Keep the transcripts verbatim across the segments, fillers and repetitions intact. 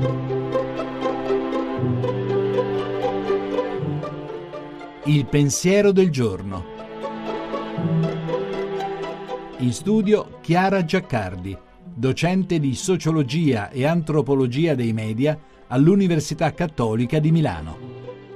Il pensiero del giorno. In studio Chiara Giaccardi, docente di sociologia e antropologia dei media all'Università Cattolica di Milano.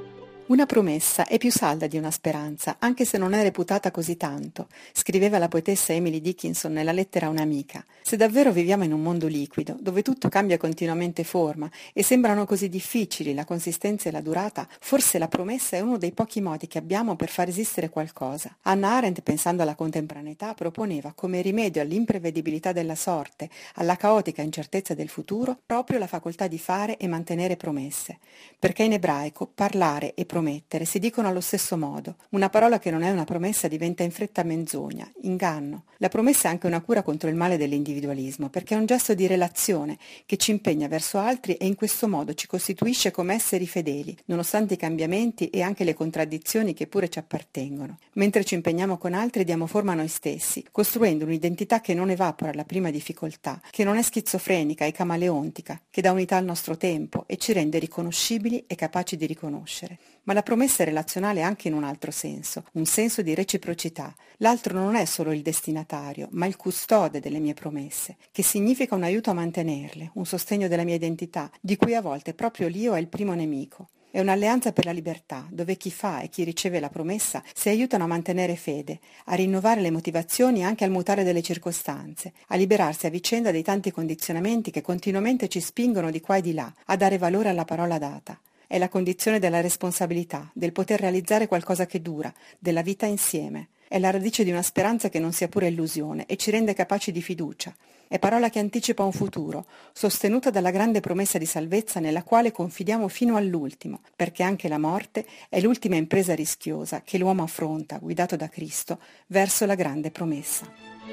Una promessa è più salda di una speranza, anche se non è reputata così tanto, scriveva la poetessa Emily Dickinson nella lettera a un'amica. Se davvero viviamo in un mondo liquido, dove tutto cambia continuamente forma e sembrano così difficili la consistenza e la durata, forse la promessa è uno dei pochi modi che abbiamo per far esistere qualcosa. Hannah Arendt, pensando alla contemporaneità, proponeva come rimedio all'imprevedibilità della sorte, alla caotica incertezza del futuro, proprio la facoltà di fare e mantenere promesse. Perché in ebraico parlare e promettere si dicono allo stesso modo. Una parola che non è una promessa diventa in fretta menzogna, inganno. La promessa è anche una cura contro il male dell'individualismo, perché è un gesto di relazione che ci impegna verso altri e in questo modo ci costituisce come esseri fedeli, nonostante i cambiamenti e anche le contraddizioni che pure ci appartengono. Mentre ci impegniamo con altri diamo forma a noi stessi, costruendo un'identità che non evapora alla prima difficoltà, che non è schizofrenica e camaleontica, che dà unità al nostro tempo e ci rende riconoscibili e capaci di riconoscere. Ma la promessa è relazionale anche in un altro senso, un senso di reciprocità. L'altro non è solo il destinatario, ma il custode delle mie promesse, che significa un aiuto a mantenerle, un sostegno della mia identità, di cui a volte proprio l'io è il primo nemico. È un'alleanza per la libertà, dove chi fa e chi riceve la promessa si aiutano a mantenere fede, a rinnovare le motivazioni e anche al mutare delle circostanze, a liberarsi a vicenda dei tanti condizionamenti che continuamente ci spingono di qua e di là, a dare valore alla parola data. È la condizione della responsabilità, del poter realizzare qualcosa che dura, della vita insieme. È la radice di una speranza che non sia pure illusione e ci rende capaci di fiducia. È parola che anticipa un futuro, sostenuta dalla grande promessa di salvezza nella quale confidiamo fino all'ultimo, perché anche la morte è l'ultima impresa rischiosa che l'uomo affronta, guidato da Cristo, verso la grande promessa.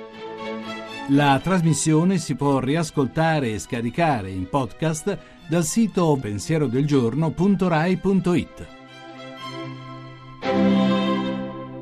La trasmissione si può riascoltare e scaricare in podcast dal sito pensierodelgiorno punto rai punto it.